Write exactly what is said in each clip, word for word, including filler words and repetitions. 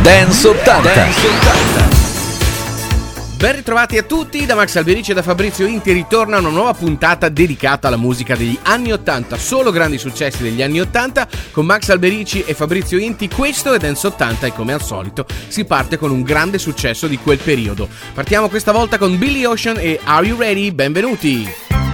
Dance ottanta. Dance ottanta. Ben ritrovati a tutti, da Max Alberici e da Fabrizio Inti ritorna una nuova puntata dedicata alla musica degli anni ottanta, solo grandi successi degli anni ottanta con Max Alberici e Fabrizio Inti. Questo è Dance ottanta e come al solito si parte con un grande successo di quel periodo. Partiamo questa volta con Billy Ocean e Are You Ready? Benvenuti!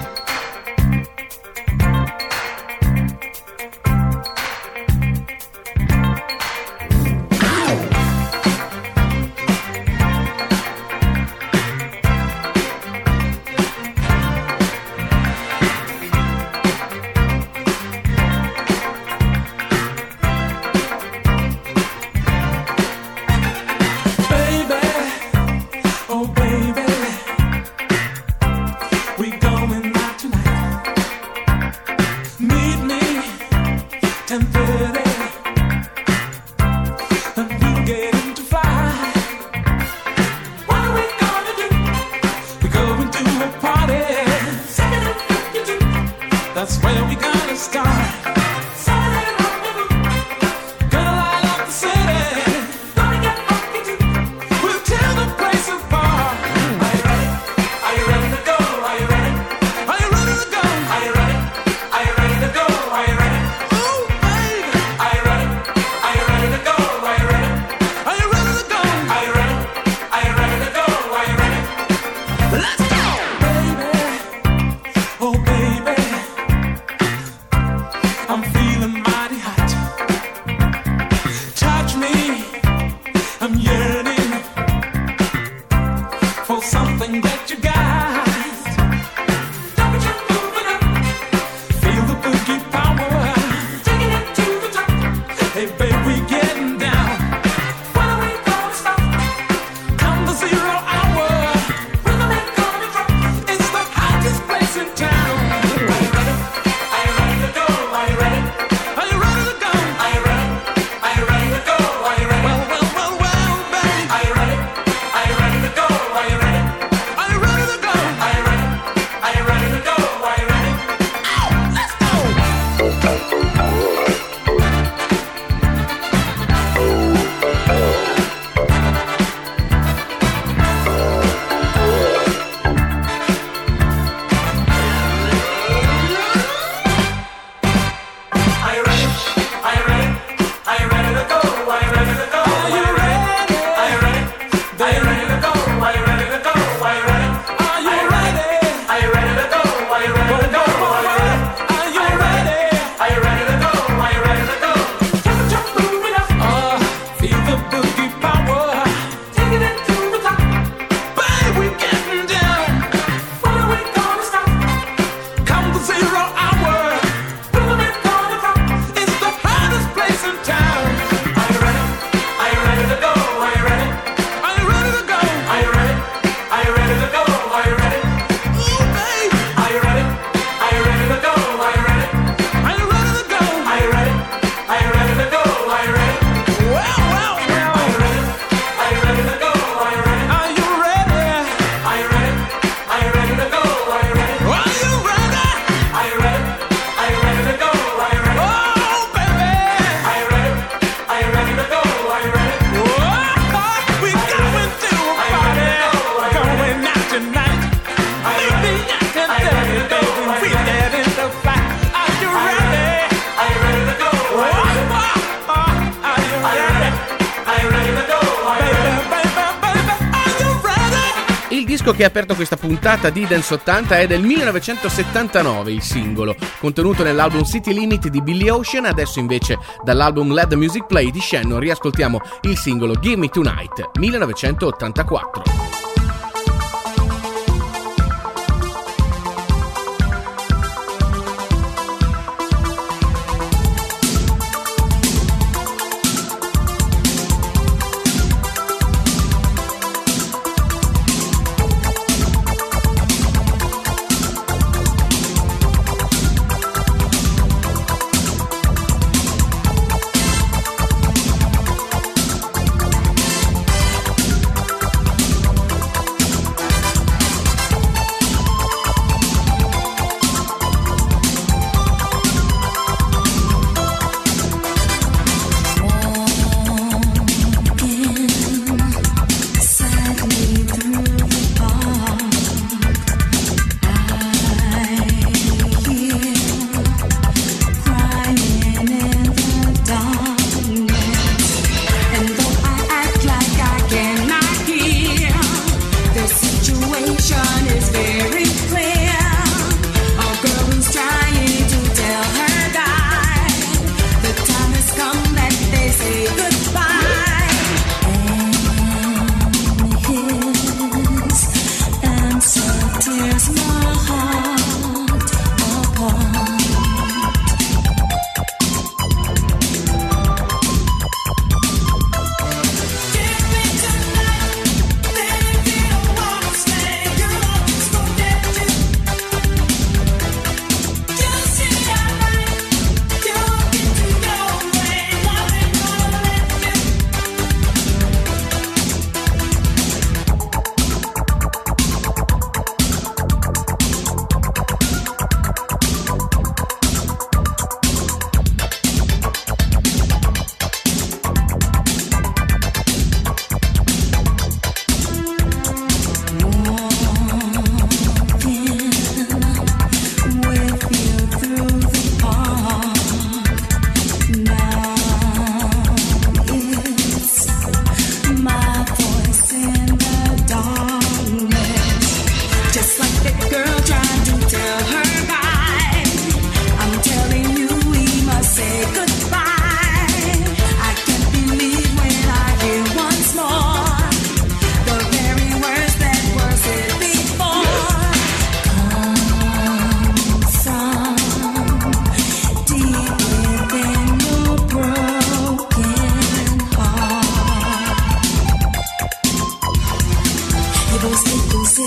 Che ha aperto questa puntata di Dance ottanta è del millenovecentosettantanove, il singolo contenuto nell'album City Limit di Billy Ocean. Adesso invece dall'album Let the Music Play di Shannon riascoltiamo il singolo Give Me Tonight, millenovecentottantaquattro.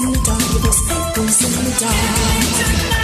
in the dark, with those echoes in the dark.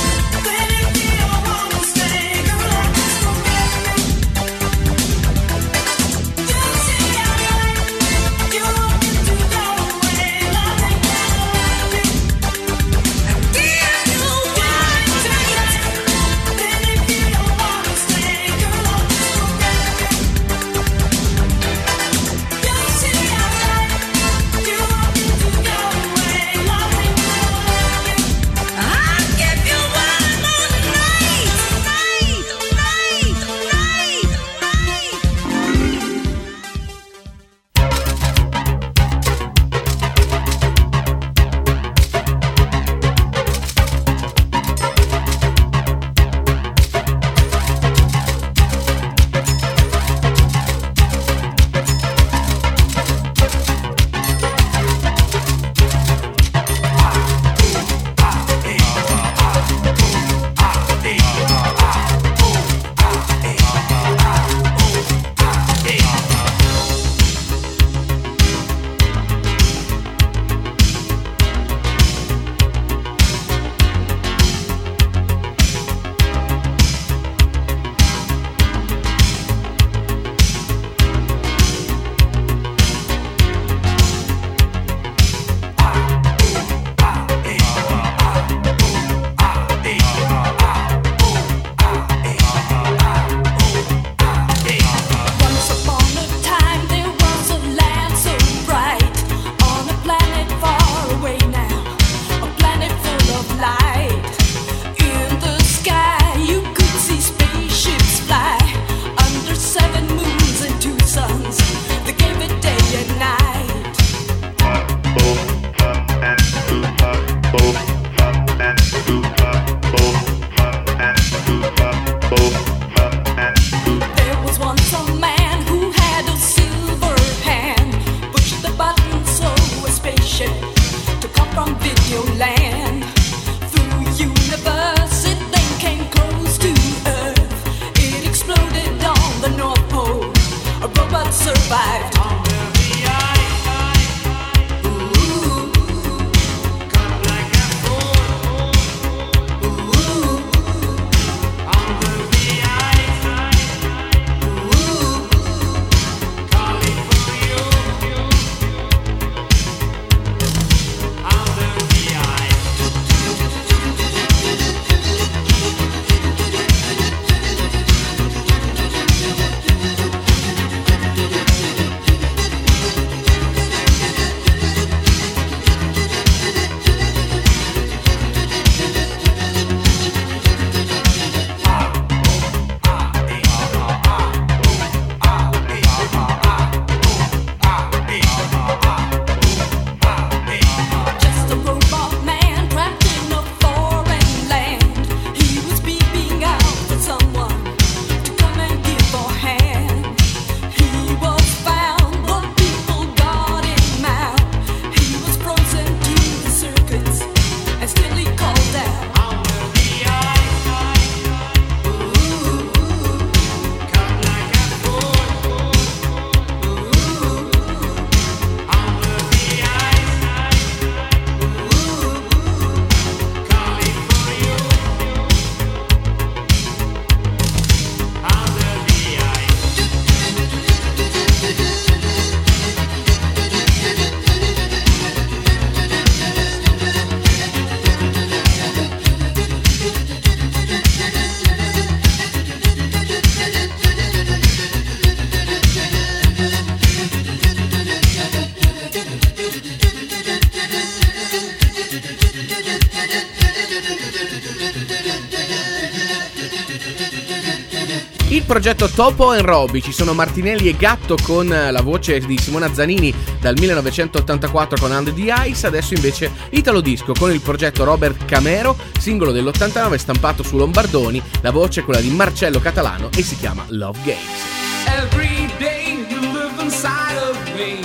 Il progetto Topo and Robby, ci sono Martinelli e Gatto con la voce di Simona Zanini dal millenovecentottantaquattro con Under the Ice, adesso invece Italo Disco con il progetto Robert Camero, singolo dell'ottantanove stampato su Lombardoni, la voce è quella di Marcello Catalano e si chiama Love Games. Every day you live inside of me,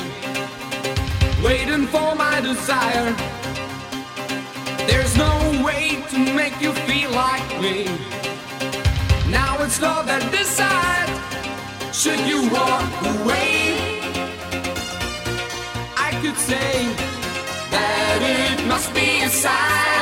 waiting for my desire. There's no way to make you feel like me. Now it's love that decides. Should you walk away, I could say that it must be a sign.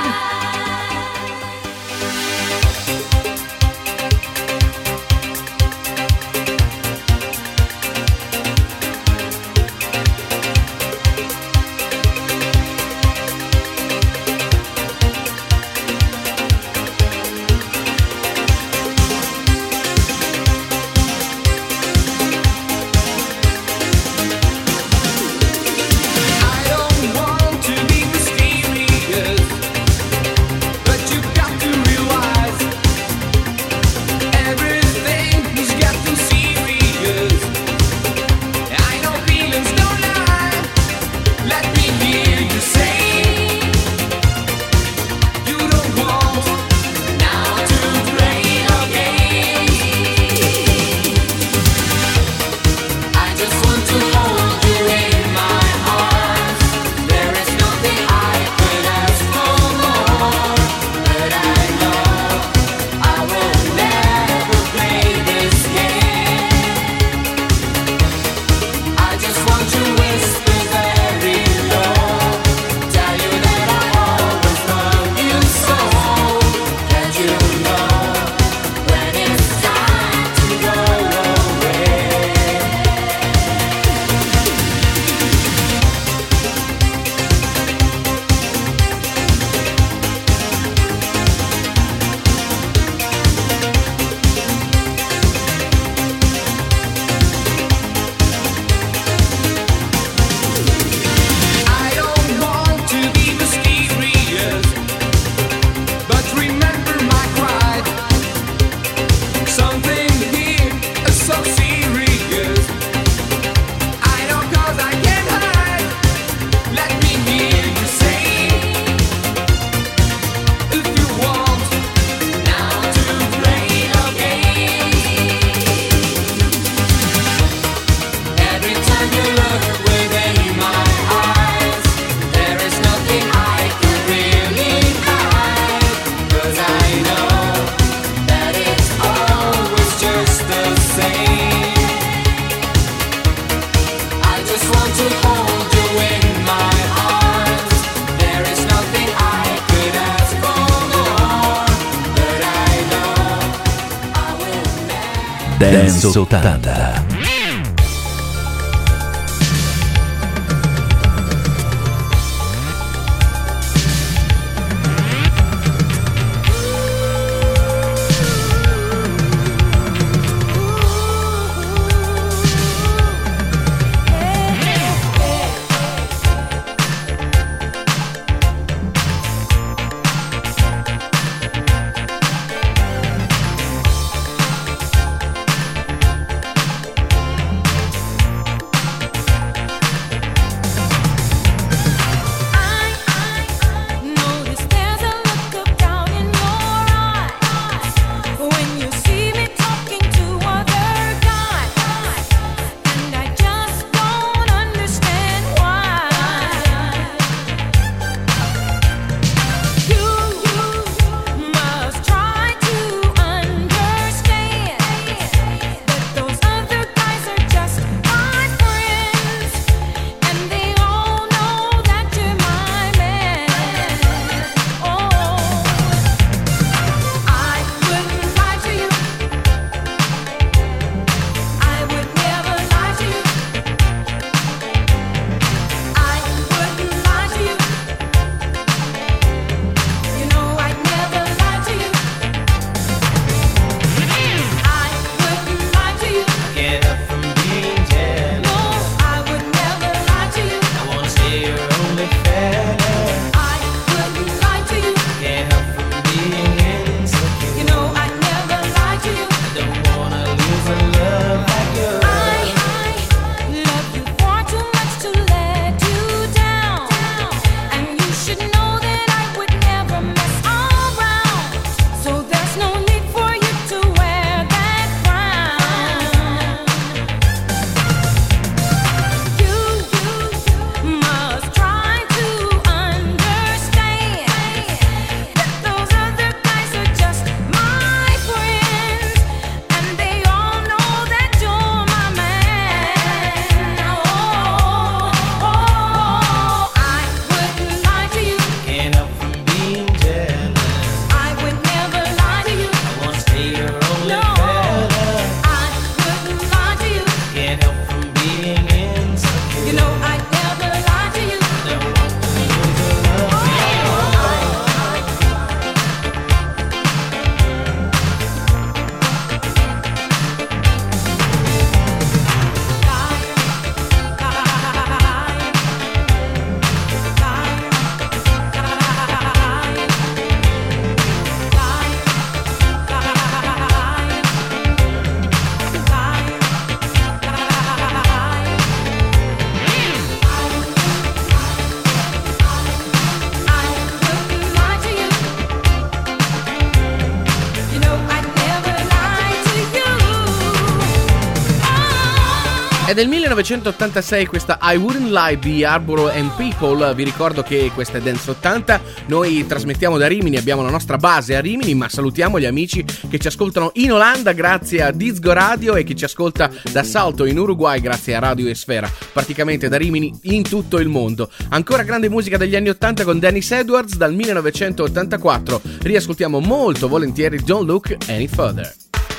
Dance ottanta. del millenovecentottantasei questa I Wouldn't Lie di Arboro and People. Vi ricordo che questa è Dance ottanta, noi trasmettiamo da Rimini, abbiamo la nostra base a Rimini, ma salutiamo gli amici che ci ascoltano in Olanda grazie a Dizgo Radio e chi ci ascolta da Salto in Uruguay grazie a Radio Esfera, praticamente da Rimini in tutto il mondo. Ancora grande musica degli anni ottanta con Dennis Edwards dal millenovecentottantaquattro, riascoltiamo molto volentieri Don't Look Any Further.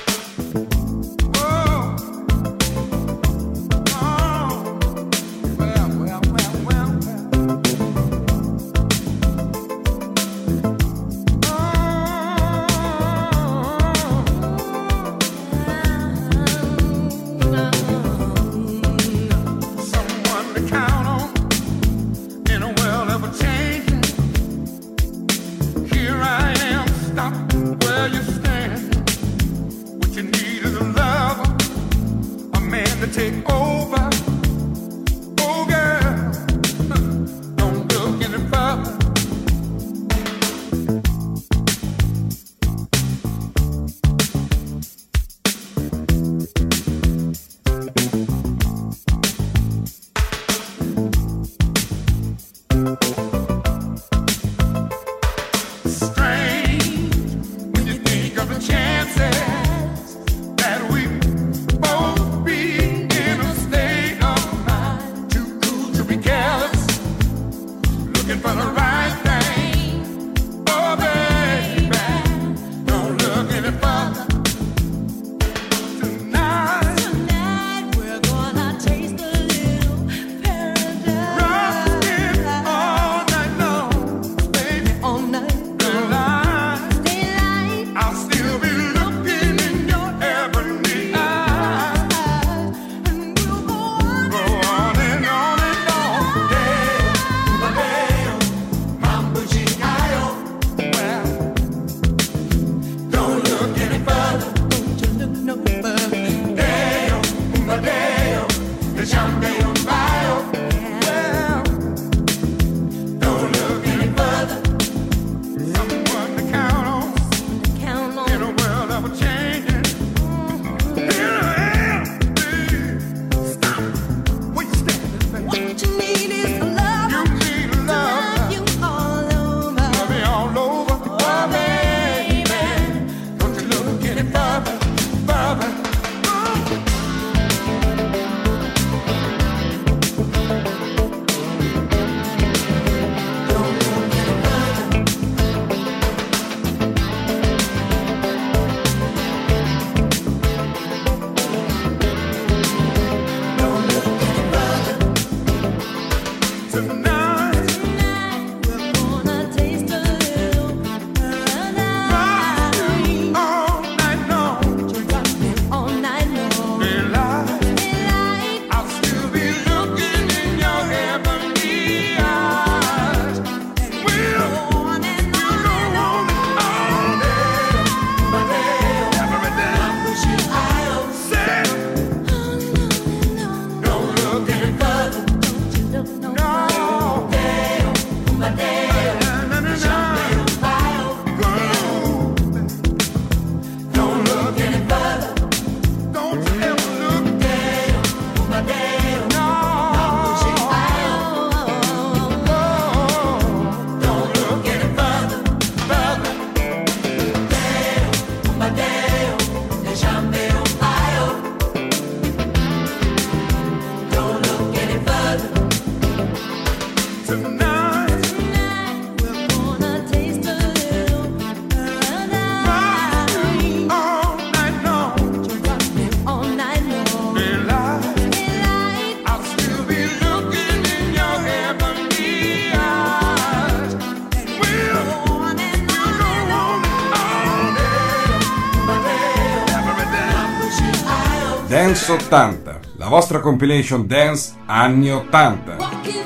Dance ottanta, la vostra compilation dance anni ottanta. Walking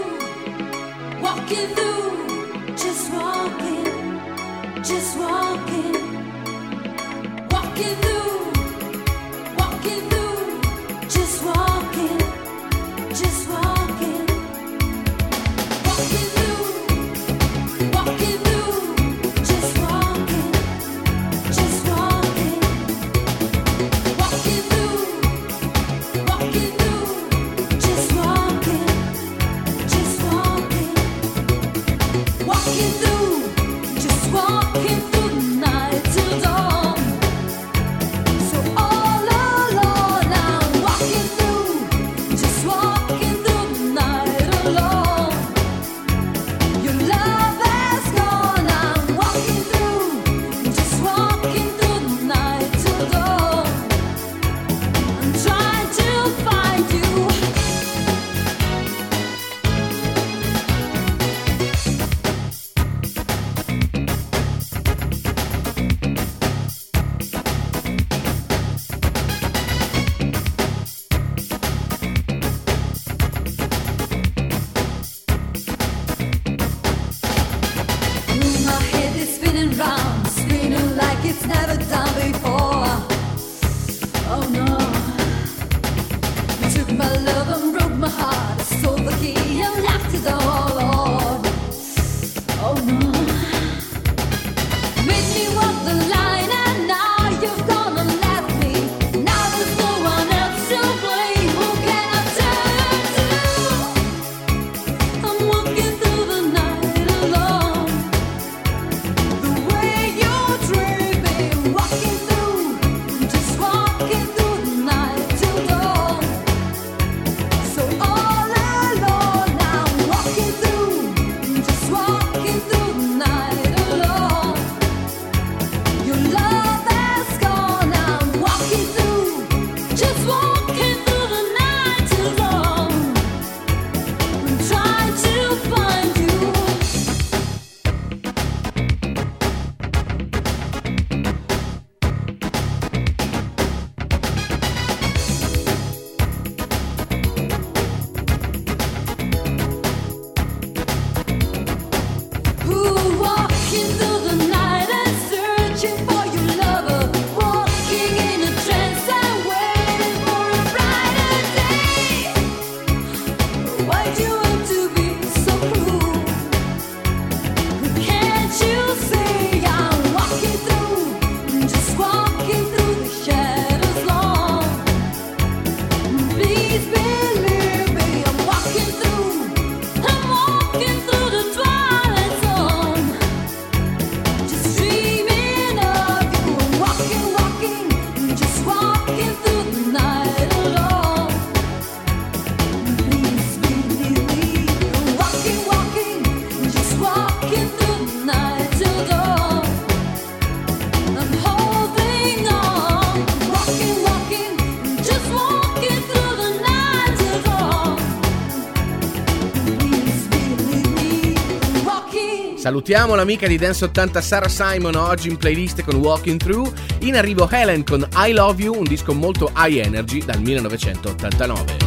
through, walking through, just walking, just walking, walking through, walking through, just walking, just walking, walking through, walking through, just walking, just walking, walking through, walking through. Salutiamo l'amica di Dance ottanta Sarah Simon oggi in playlist con Walking Through. In arrivo Helen con I Love You, un disco molto high energy dal millenovecentottantanove.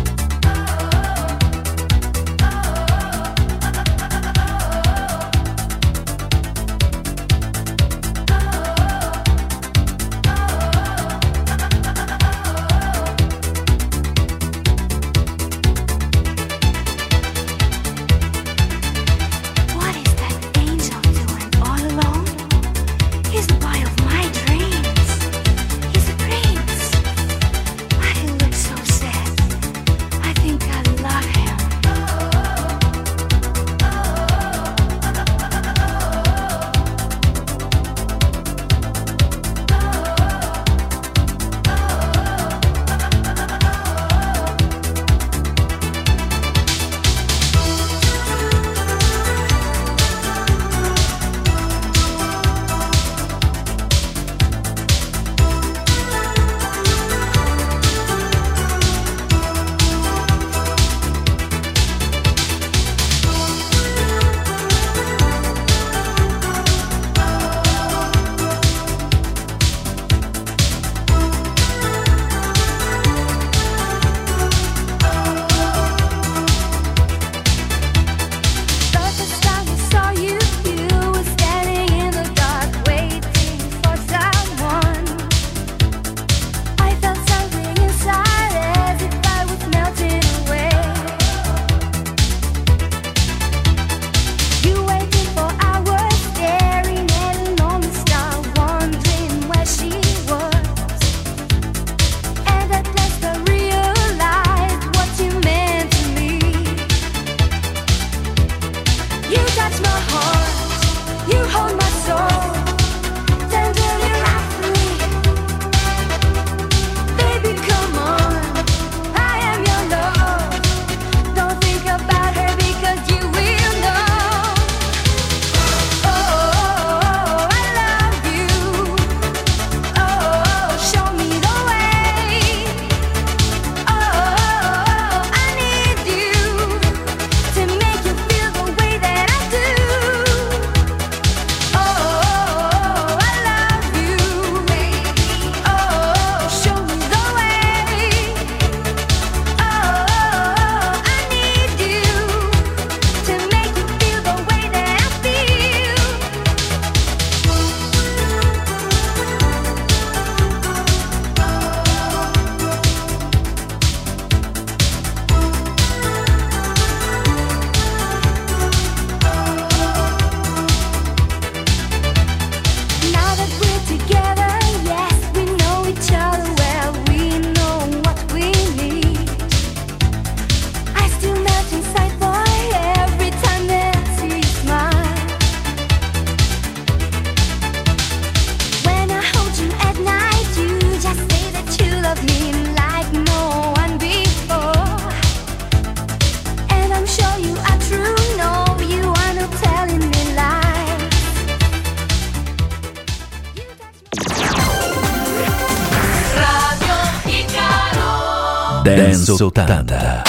Dance ottanta.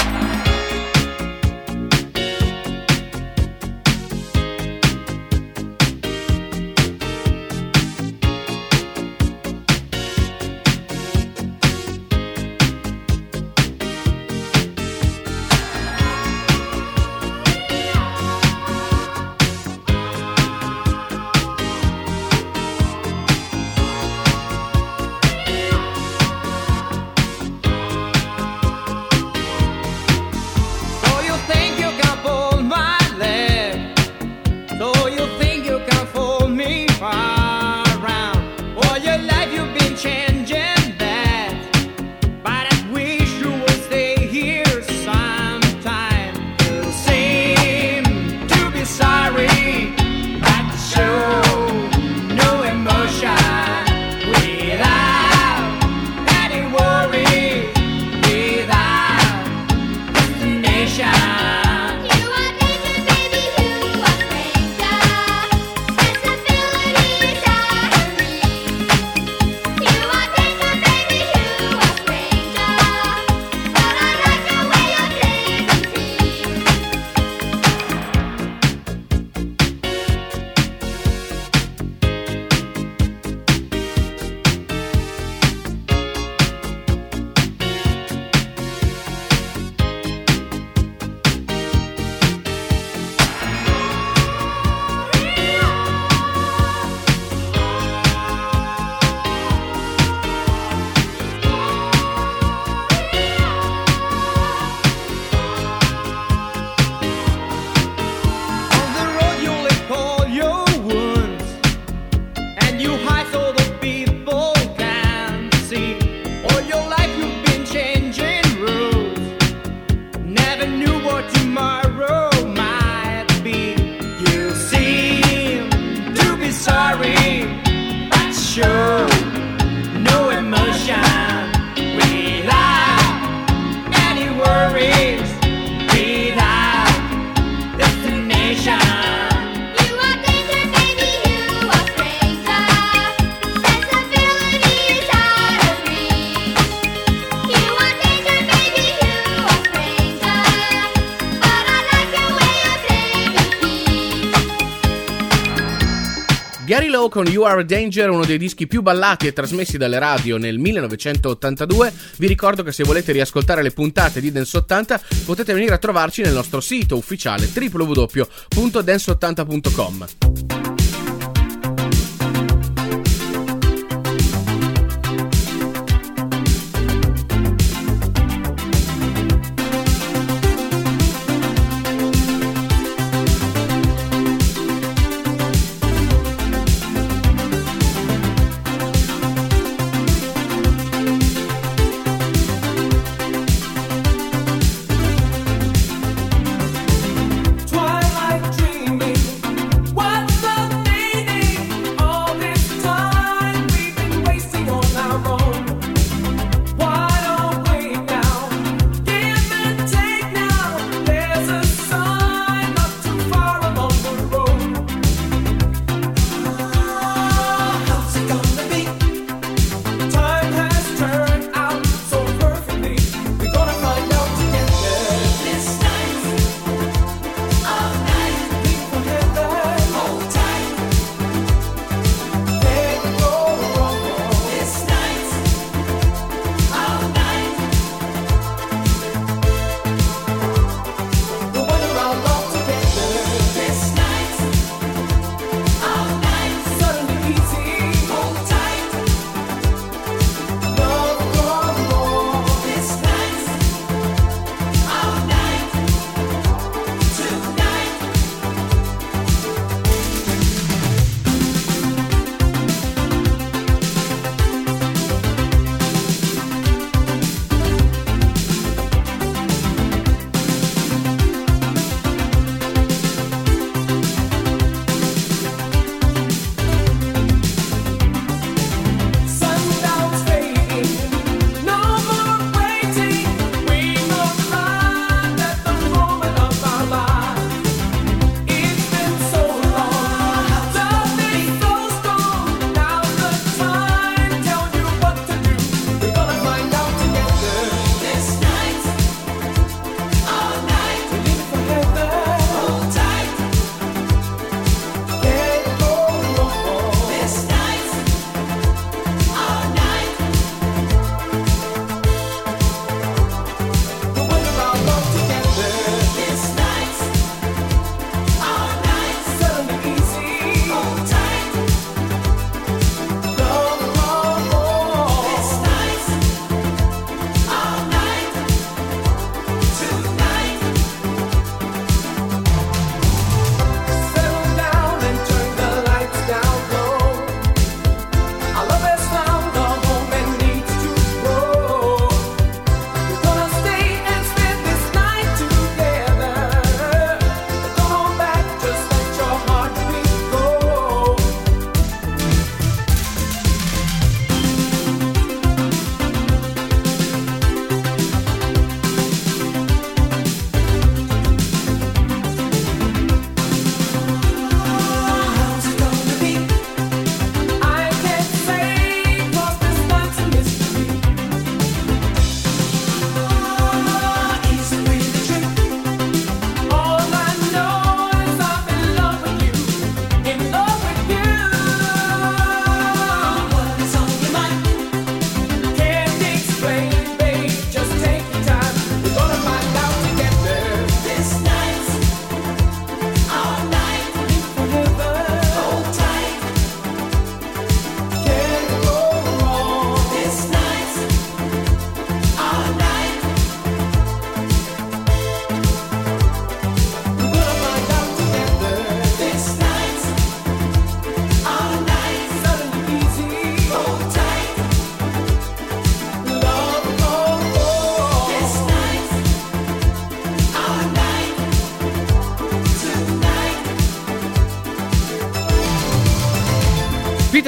Gary Lowe con You Are a Danger, uno dei dischi più ballati e trasmessi dalle radio nel millenovecentottantadue. Vi ricordo che se volete riascoltare le puntate di Dance ottanta potete venire a trovarci nel nostro sito ufficiale w w w punto dance ottanta punto com. Twilight dreaming, what's the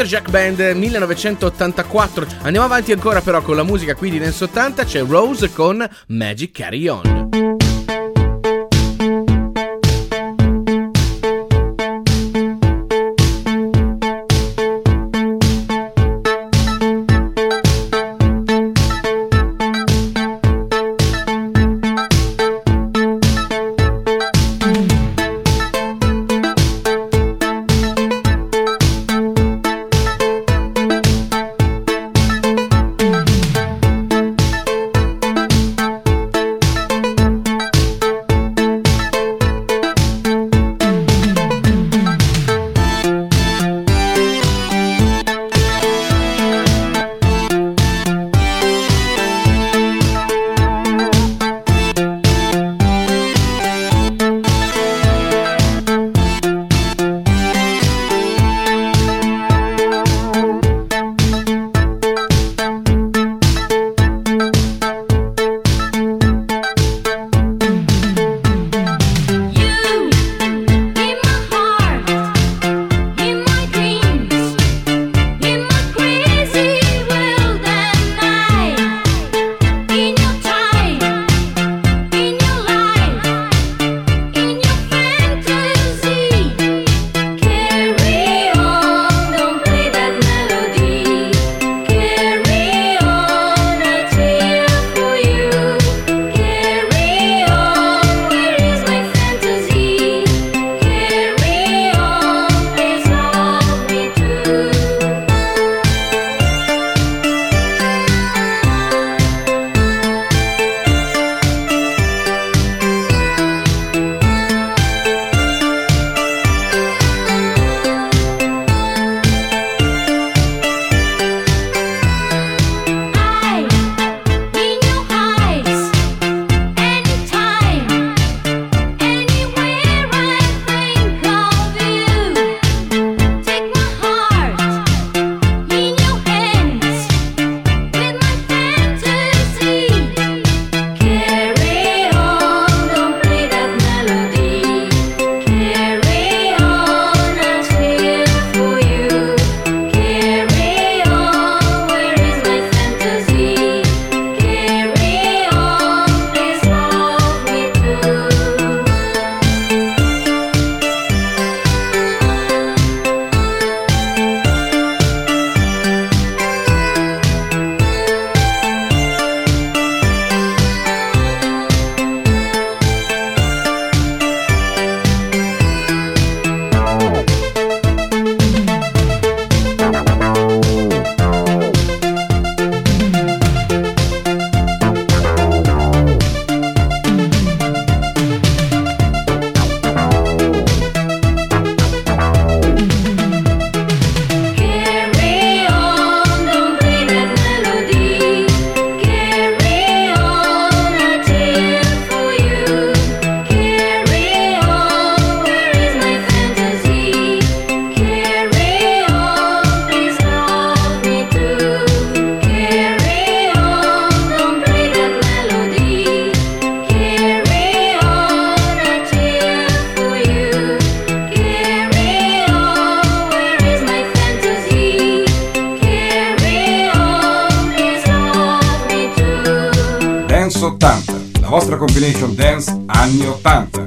Interjack Band millenovecentottantaquattro. Andiamo avanti ancora però con la musica qui di Dance ottanta, c'è Rose con Magic Carry On. ottanta, la vostra compilation dance anni ottanta.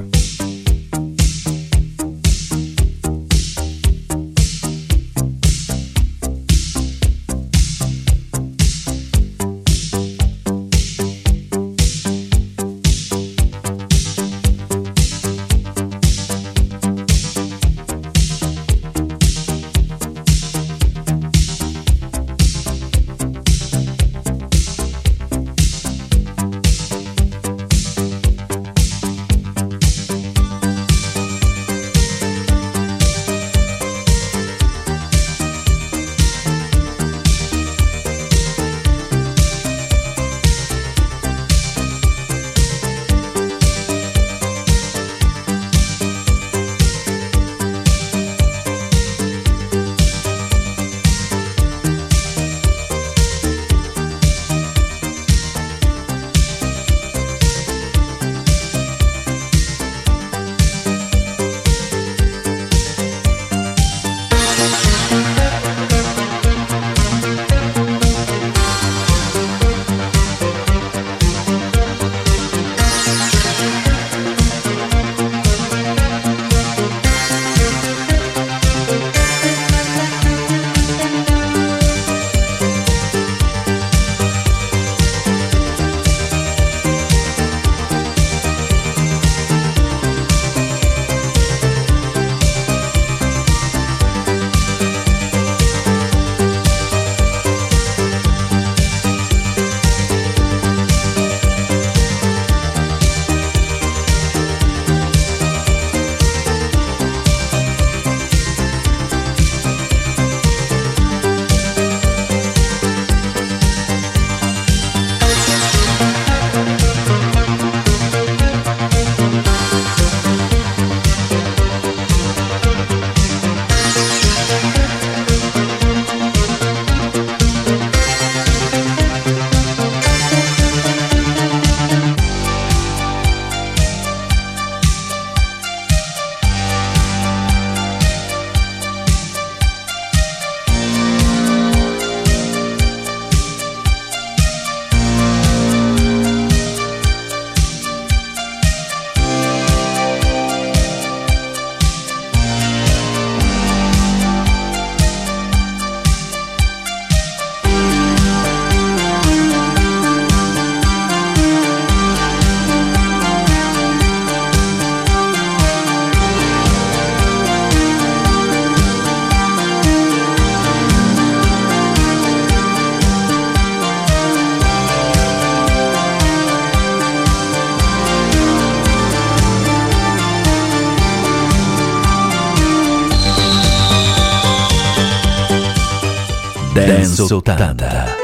Dance ottanta.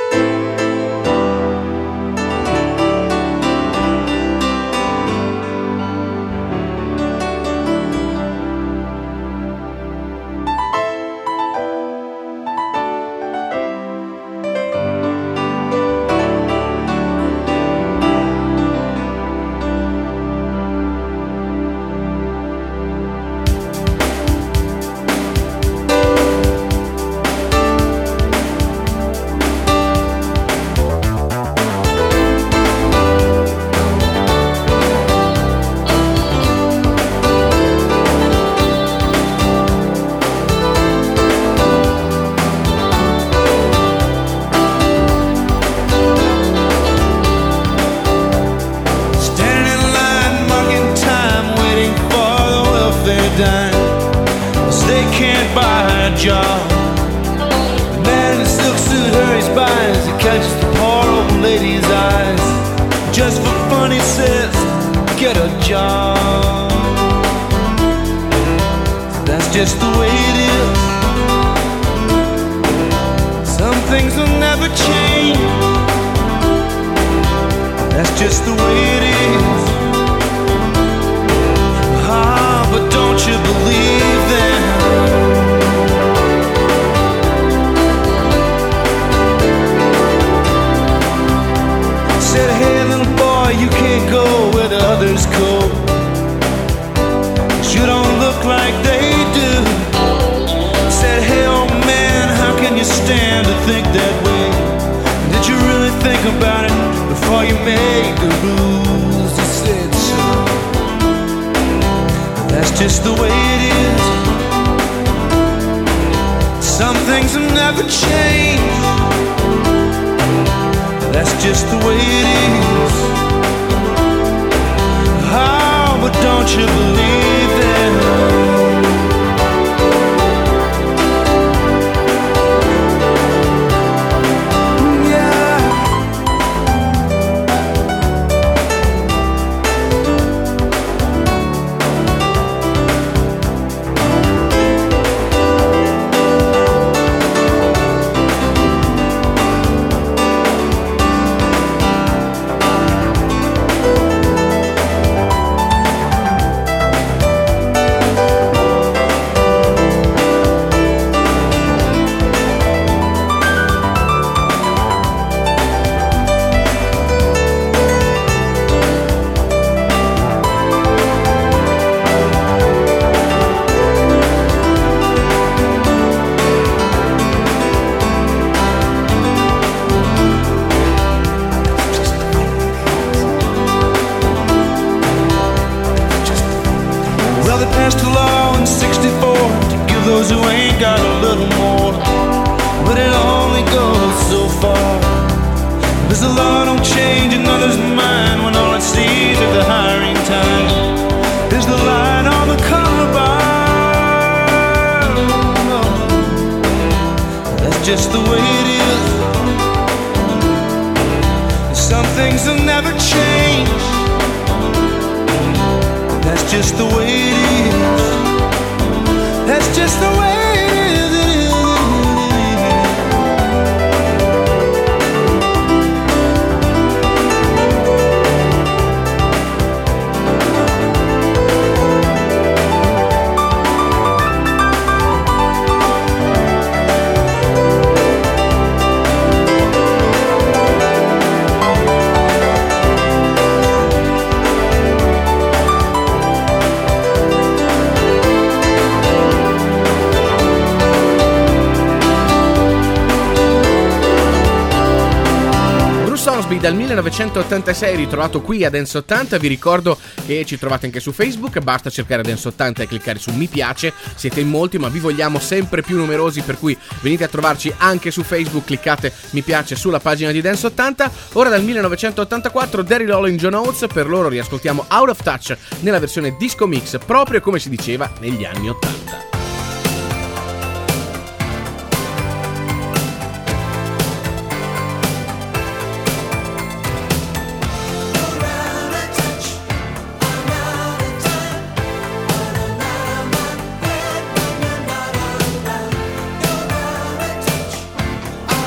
Dal millenovecentottantasei, ritrovato qui a Dance ottanta. Vi ricordo che ci trovate anche su Facebook, basta cercare Dance ottanta e cliccare su mi piace. Siete in molti, ma vi vogliamo sempre più numerosi, per cui venite a trovarci anche su Facebook, cliccate mi piace sulla pagina di Dance ottanta. Ora dal millenovecentottantaquattro Daryl Hall in John Oates, per loro riascoltiamo Out of Touch nella versione disco mix, proprio come si diceva negli anni ottanta. I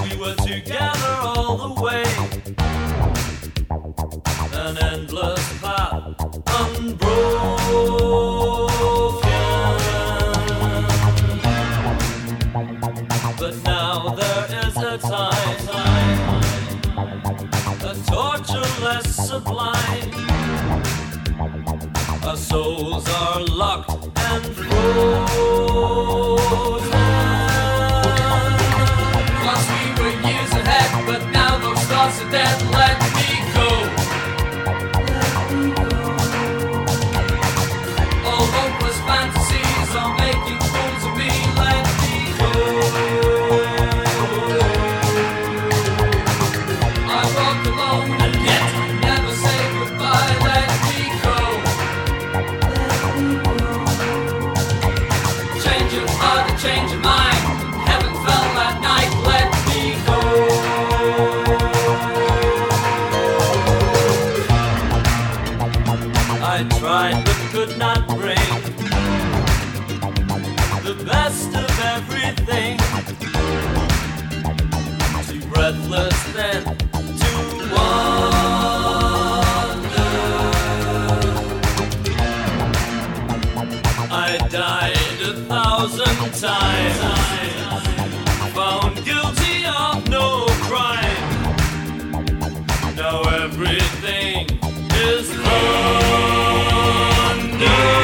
We were together all the way. An endless path, unbroken. But now there is a time, a torture less sublime. Our souls are locked and frozen. Once we were years ahead, but now those thoughts are dead. Let me go. All hopeless fantasies are making fools of me. Let me go. I walk alone and yet never say goodbye. Let me go. Change your heart and change your mind. Heaven fell that night. Let me go. I tried but could not bring the best of everything. Too breathless then to wonder. I died a thousand times, found guilty of no crime. Now everything is under.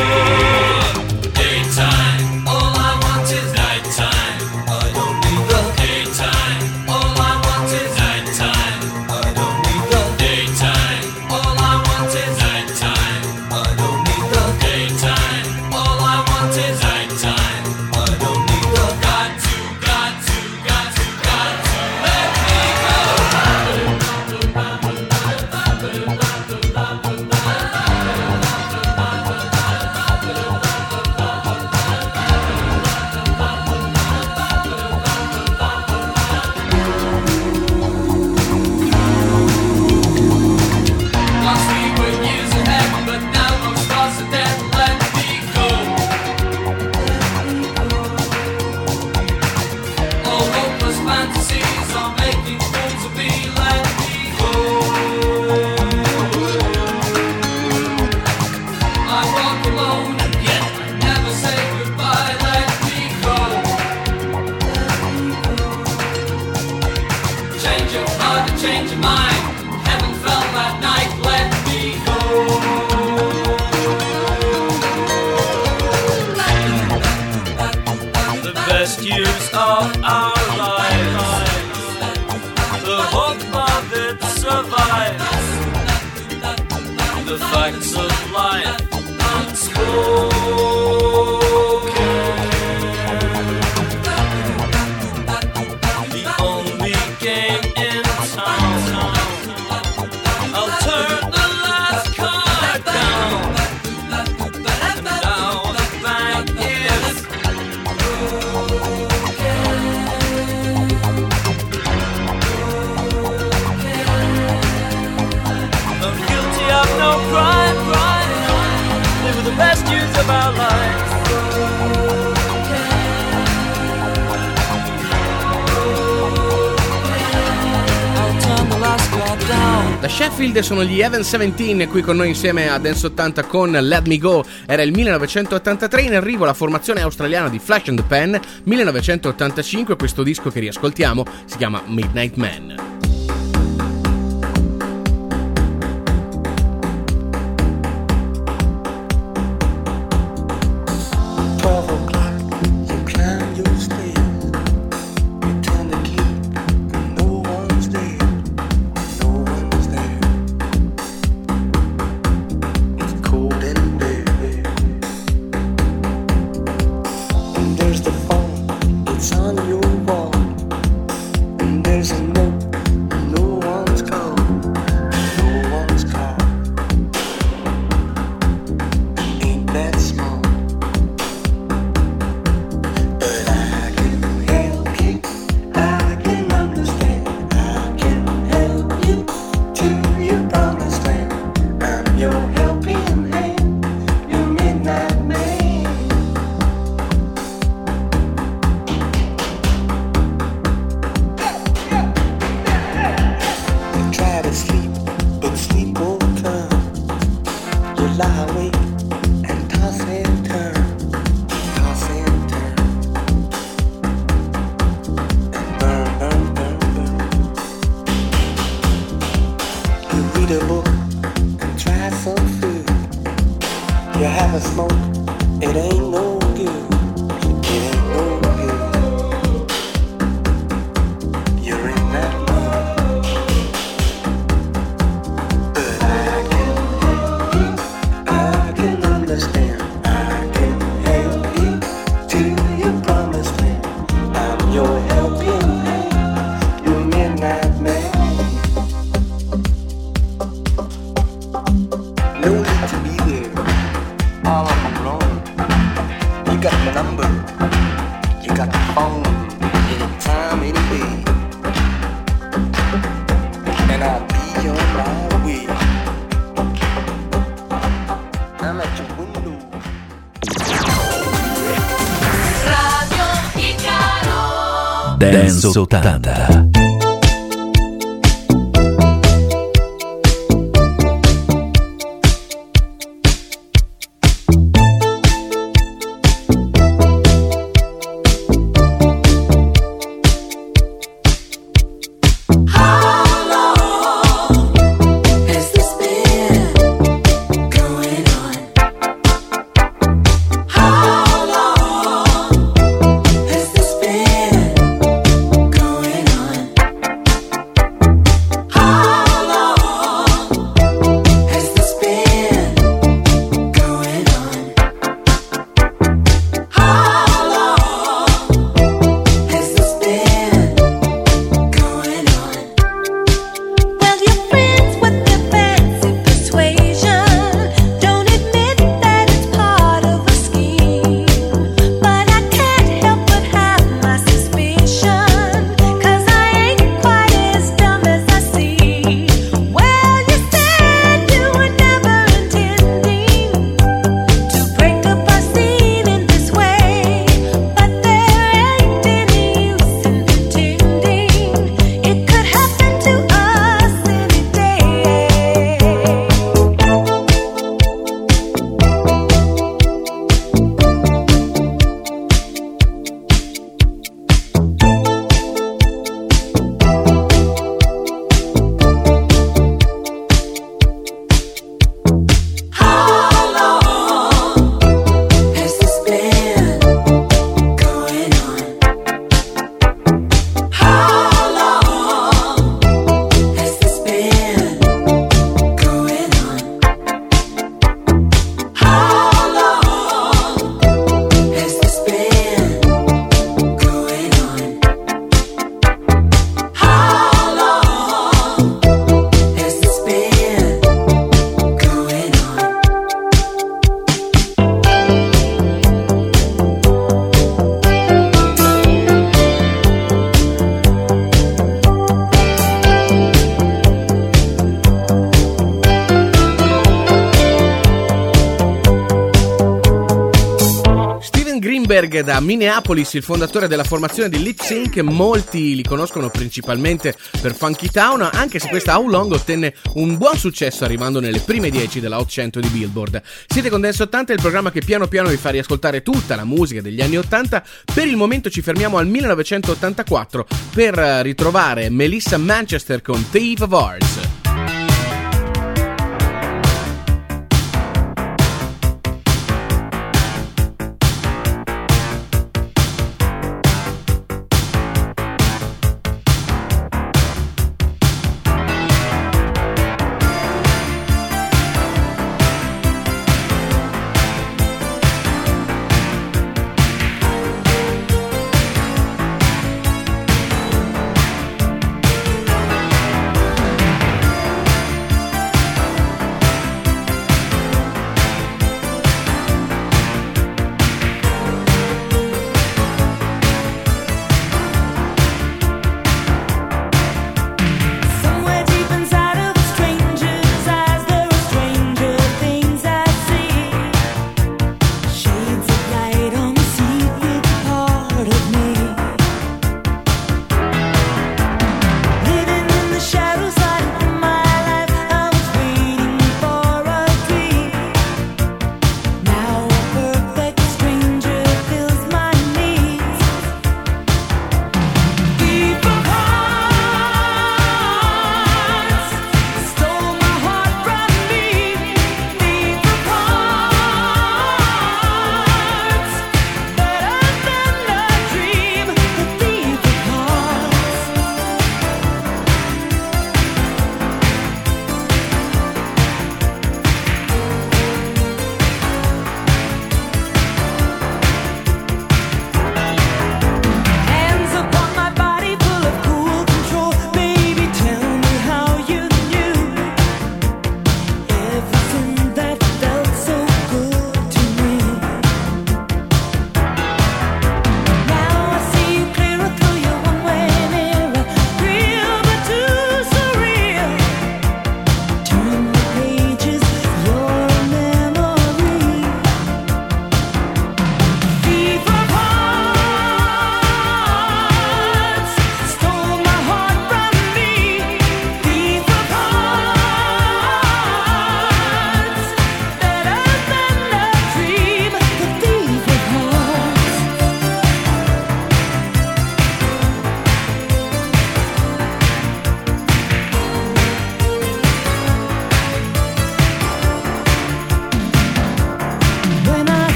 Daytime, all I want is nighttime. I don't need the daytime. All I want is nighttime. I don't need the daytime. All I want is nighttime. I don't need the daytime. All I want is nighttime. I don't need the got to, got to, got to, got to let me go. Once we were years ahead, but now those thoughts are dead. Let me go. All hopeless fantasies are making fools of me. Let me go. I walk alone and yet never say goodbye. Let me go. Change your heart and change your mind. Heaven fell that night. Let me go. The best years of our lives, the hope of it survives, the facts of life unspoken. The only game in town. I'll turn the last card down. And now the bank is I'm guilty of no crime, crime. They were the best years of our lives. I'll turn the last card down. Da Sheffield sono gli Even diciassette, qui con noi insieme a Dance ottanta con Let Me Go. Era il millenovecentottantatré, in arrivo la formazione australiana di Flash and the Pan, millenovecentottantacinque. Questo disco che riascoltiamo si chiama Midnight Man. Twelve o'clock, you climb your stairs. You turn the key, no one's there. No one's there. It's cold and bare. And there's the phone, it's on your wall. And there's a note Dance ottanta. Da Minneapolis, il fondatore della formazione di Lip Sync, molti li conoscono principalmente per Funky Town, anche se questa How Long ottenne un buon successo arrivando nelle prime dieci della Hot cento di Billboard. Siete con Dance ottanta, il programma che piano piano vi fa riascoltare tutta la musica degli anni ottanta. Per il momento ci fermiamo al millenovecentottantaquattro per ritrovare Melissa Manchester con Thief of Hearts.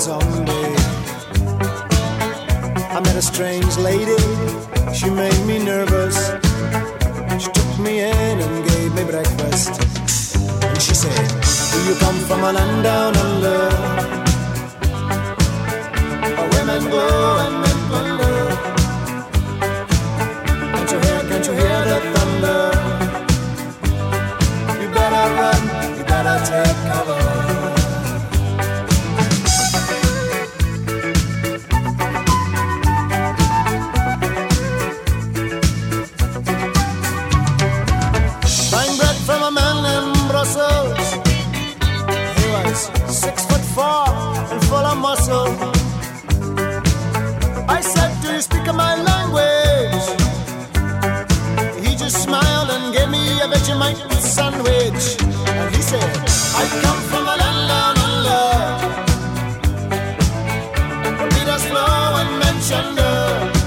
someday. I met a strange lady, she made me nervous. She took me in and gave me breakfast. And she said, do you come from a land down under, where women go and men wonder? Can't you hear, can't you hear the thunder? You better run, you better take cover. Six foot four and full of muscle. I said, do you speak my language? He just smiled and gave me a Vegemite sandwich. And he said, I come from a land down under, where Peter's flow and men chunder.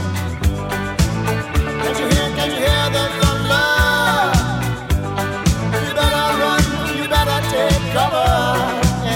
Can't you hear, can't you hear the thunder? You better run, you better take cover.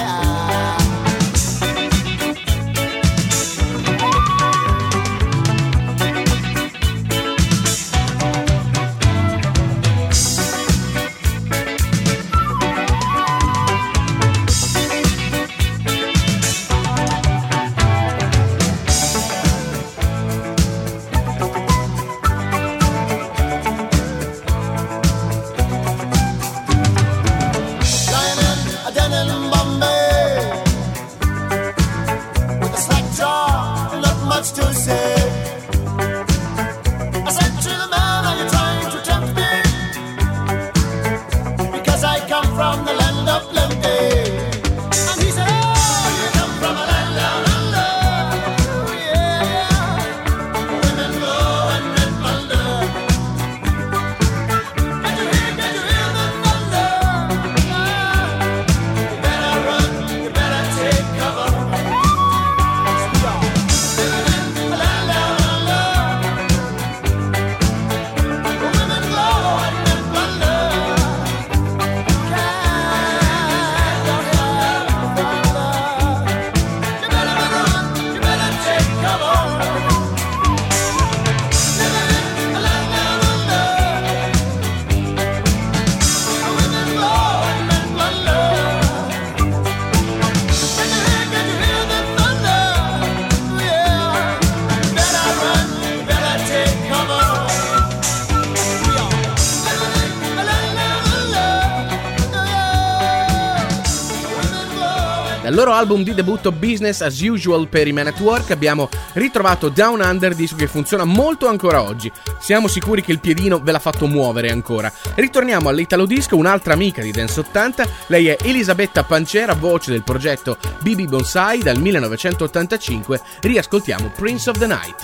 Dal loro album di debutto Business as Usual per i Men at Work abbiamo ritrovato Down Under, disco che funziona molto ancora oggi. Siamo sicuri che il piedino ve l'ha fatto muovere ancora. Ritorniamo all'Italo Disco, un'altra amica di Dance ottanta. Lei è Elisabetta Pancera, voce del progetto B B Bonsai dal millenovecentottantacinque. Riascoltiamo Prince of the Night.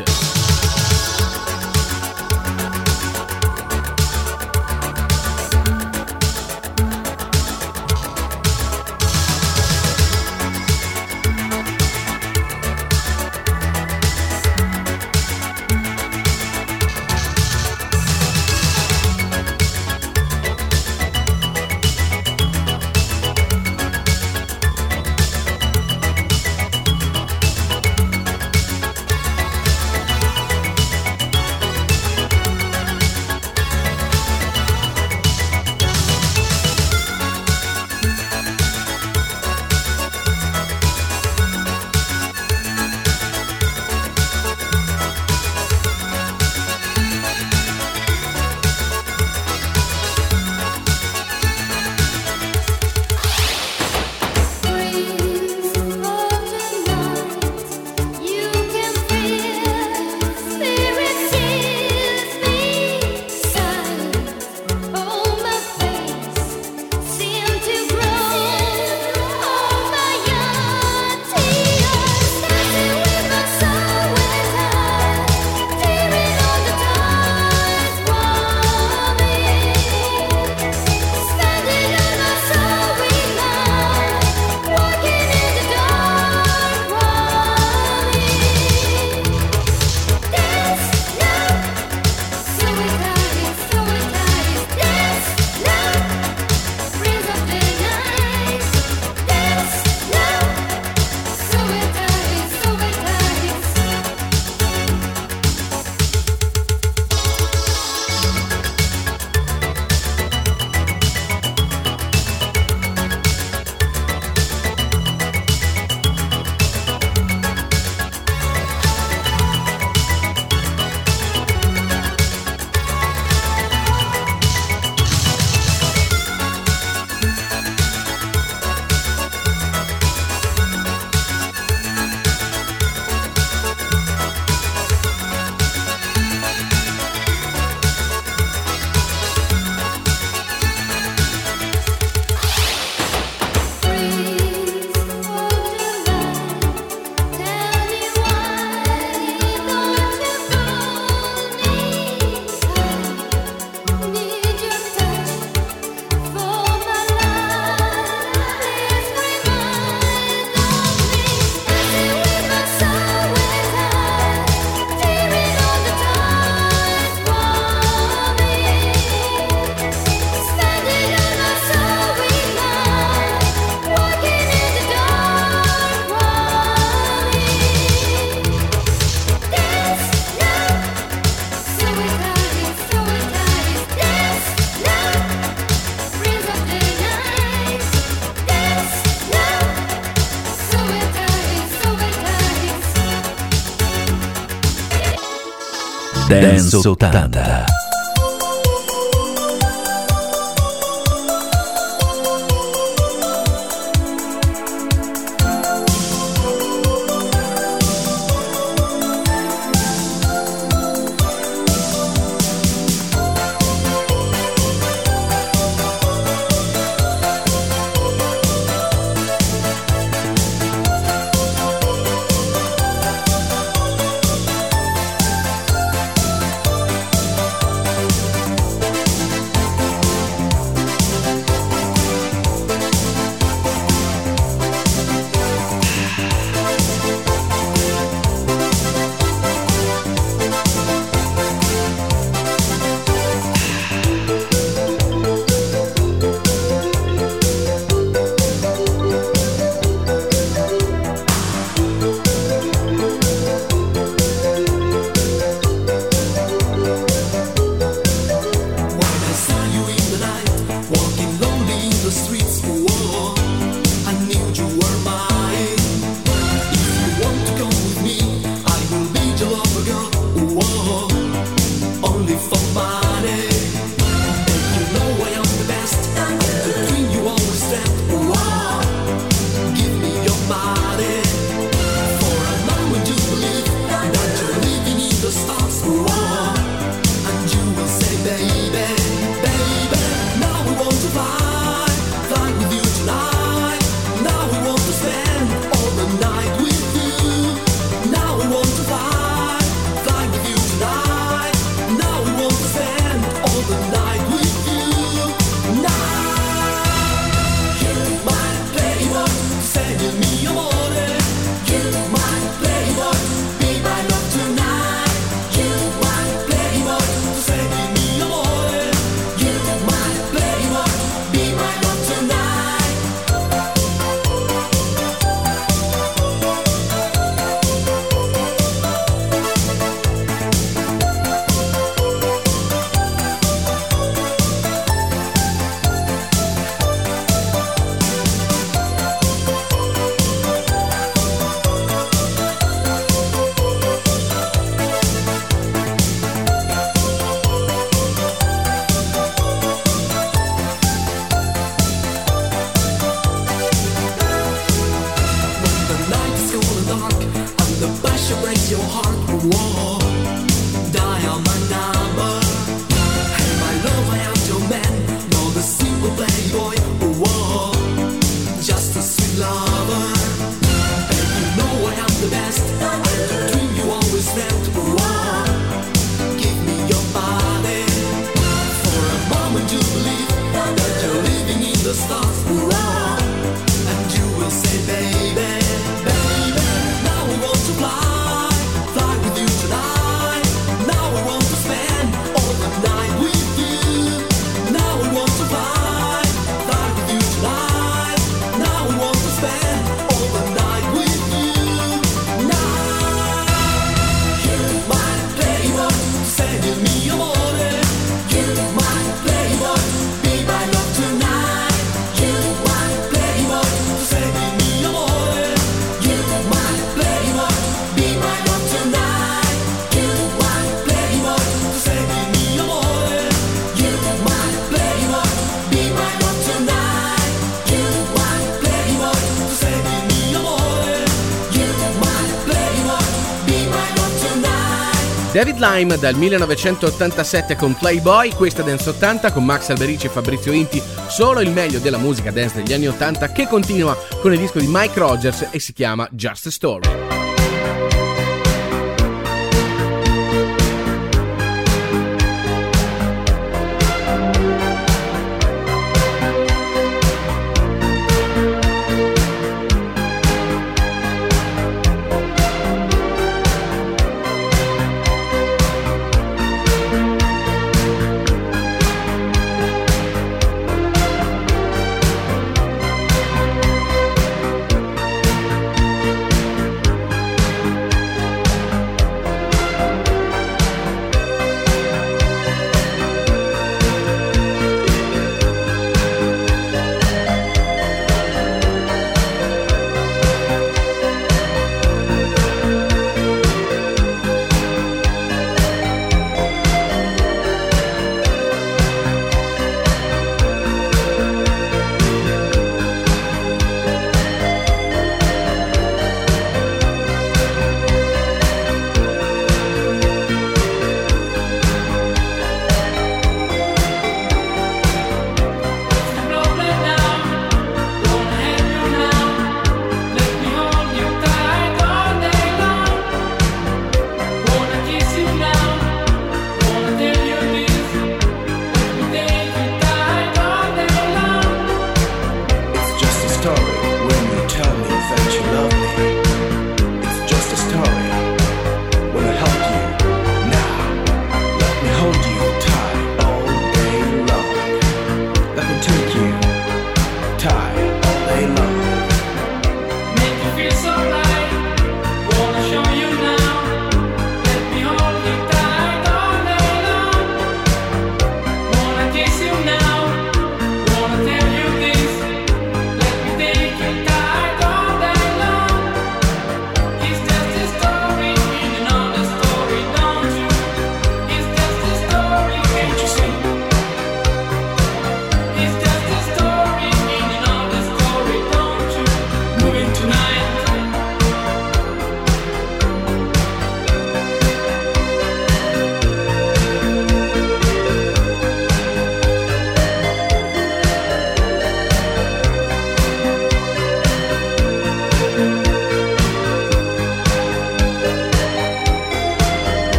Thank Dance ottanta. David Lime dal millenovecentottantasette con Playboy, questa Dance ottanta con Max Alberici e Fabrizio Inti, solo il meglio della musica dance degli anni ottanta che continua con il disco di Mike Rogers e si chiama Just a Story.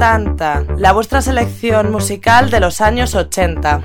ottanta, la vuestra selección musical de los años ochenta.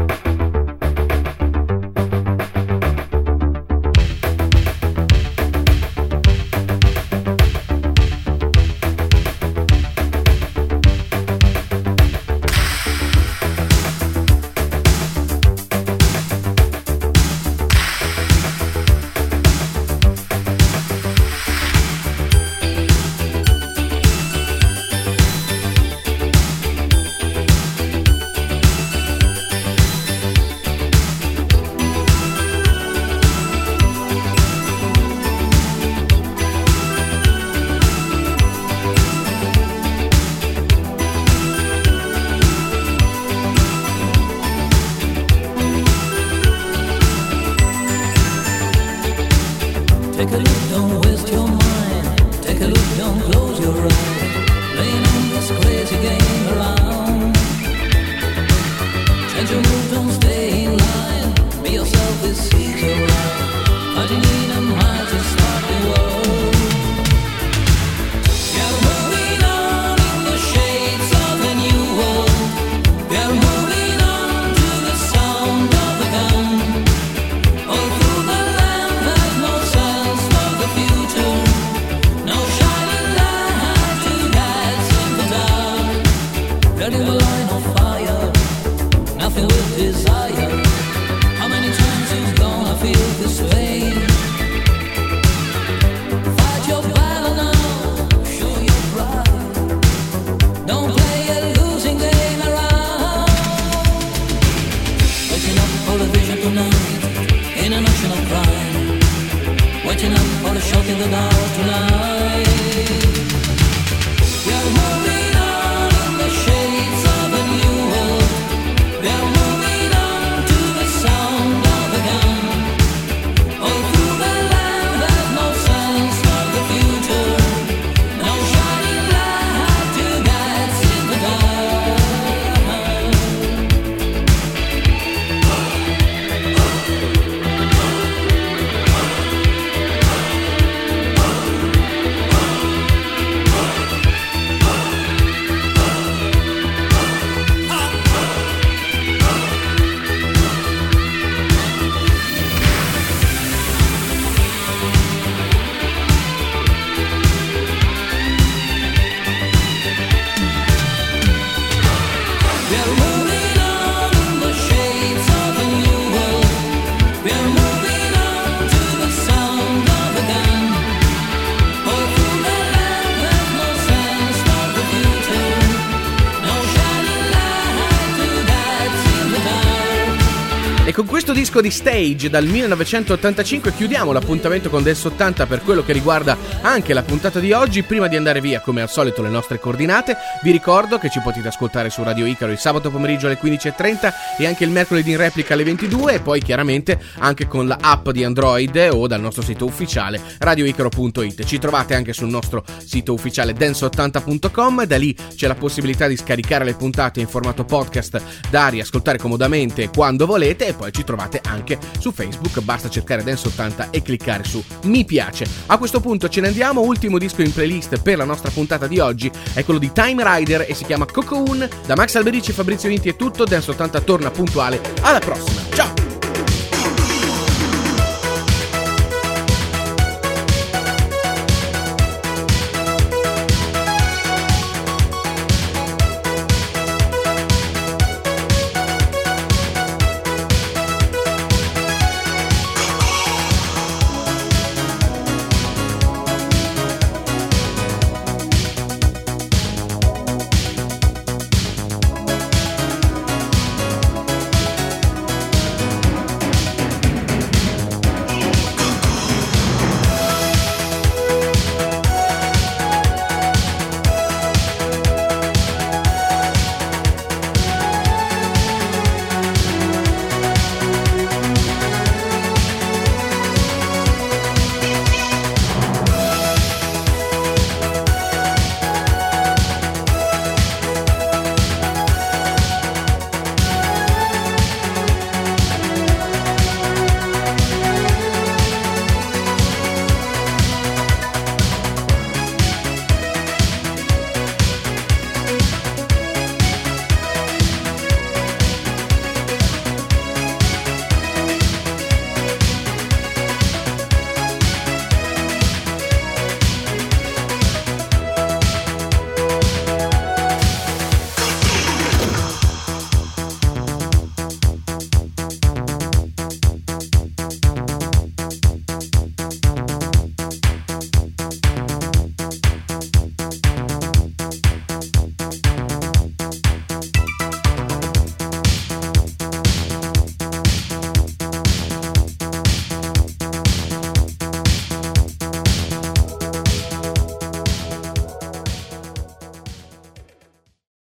Take a look, don't waste your mind. Take a look, don't close your eyes. Playing on this crazy game around. Change your move, don't stay in line. Be yourself, this is your life. Fighting in a mighty starting world. You're moving on in the shades of a new world. You're moving on to the sound of a gun. All through the land has no sense for the future. No shining light to guide in the dark. Ready the line of fire, nothing with desire. How many times you gonna feel this way? Fight your battle now, show your pride. Don't play a losing game around. Waiting up for the vision tonight, in an ocean of crime. Waiting up for the shot in the dark tonight. We're moving on in the shades of a new world. We're moving on to the sound of a gun. All through the land there's no sense for the future. No shining light to guide in the dark. We're moving on in the shades of a new world. We're moving on to the sound of a gun. All through the land there's no sense for the future. No shining light to guide in the dark. E con questo disco di Stage dal millenovecentottantacinque chiudiamo l'appuntamento con Dance ottanta per quello che riguarda anche la puntata di oggi. Prima di andare via, come al solito, le nostre coordinate. Vi ricordo che ci potete ascoltare su Radio Icaro il sabato pomeriggio alle quindici e trenta e anche il mercoledì in replica alle ventidue, e poi chiaramente anche con la app di Android o dal nostro sito ufficiale radio icaro punto it. Ci trovate anche sul nostro sito ufficiale dance ottanta punto com. Da lì c'è la possibilità di scaricare le puntate in formato podcast da riascoltare comodamente quando volete, e poi ci trovate anche su Facebook. Basta cercare Dance ottanta e cliccare su mi piace. A questo punto ce ne andiamo. Ultimo disco in playlist per la nostra puntata di oggi è quello di Time Rider e si chiama Cocoon. Da Max Alberici e Fabrizio Inti è tutto. Dance ottanta torna puntuale. Alla prossima, ciao!